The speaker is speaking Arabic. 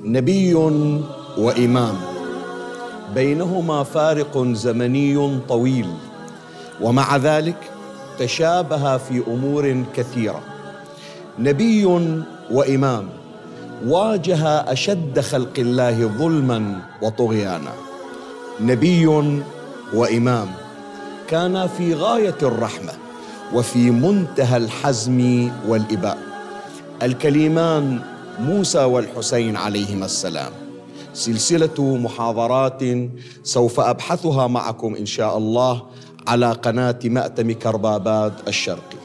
نبي وإمام بينهما فارق زمني طويل، ومع ذلك تشابه في أمور كثيرة. نبي وإمام واجه أشد خلق الله ظلما وطغيانا. نبي وإمام كان في غاية الرحمة وفي منتهى الحزم والإباء. الكليمان موسى والحسين عليهما السلام. سلسلة محاضرات سوف أبحثها معكم إن شاء الله على قناة مأتم كرباباد الشرقي.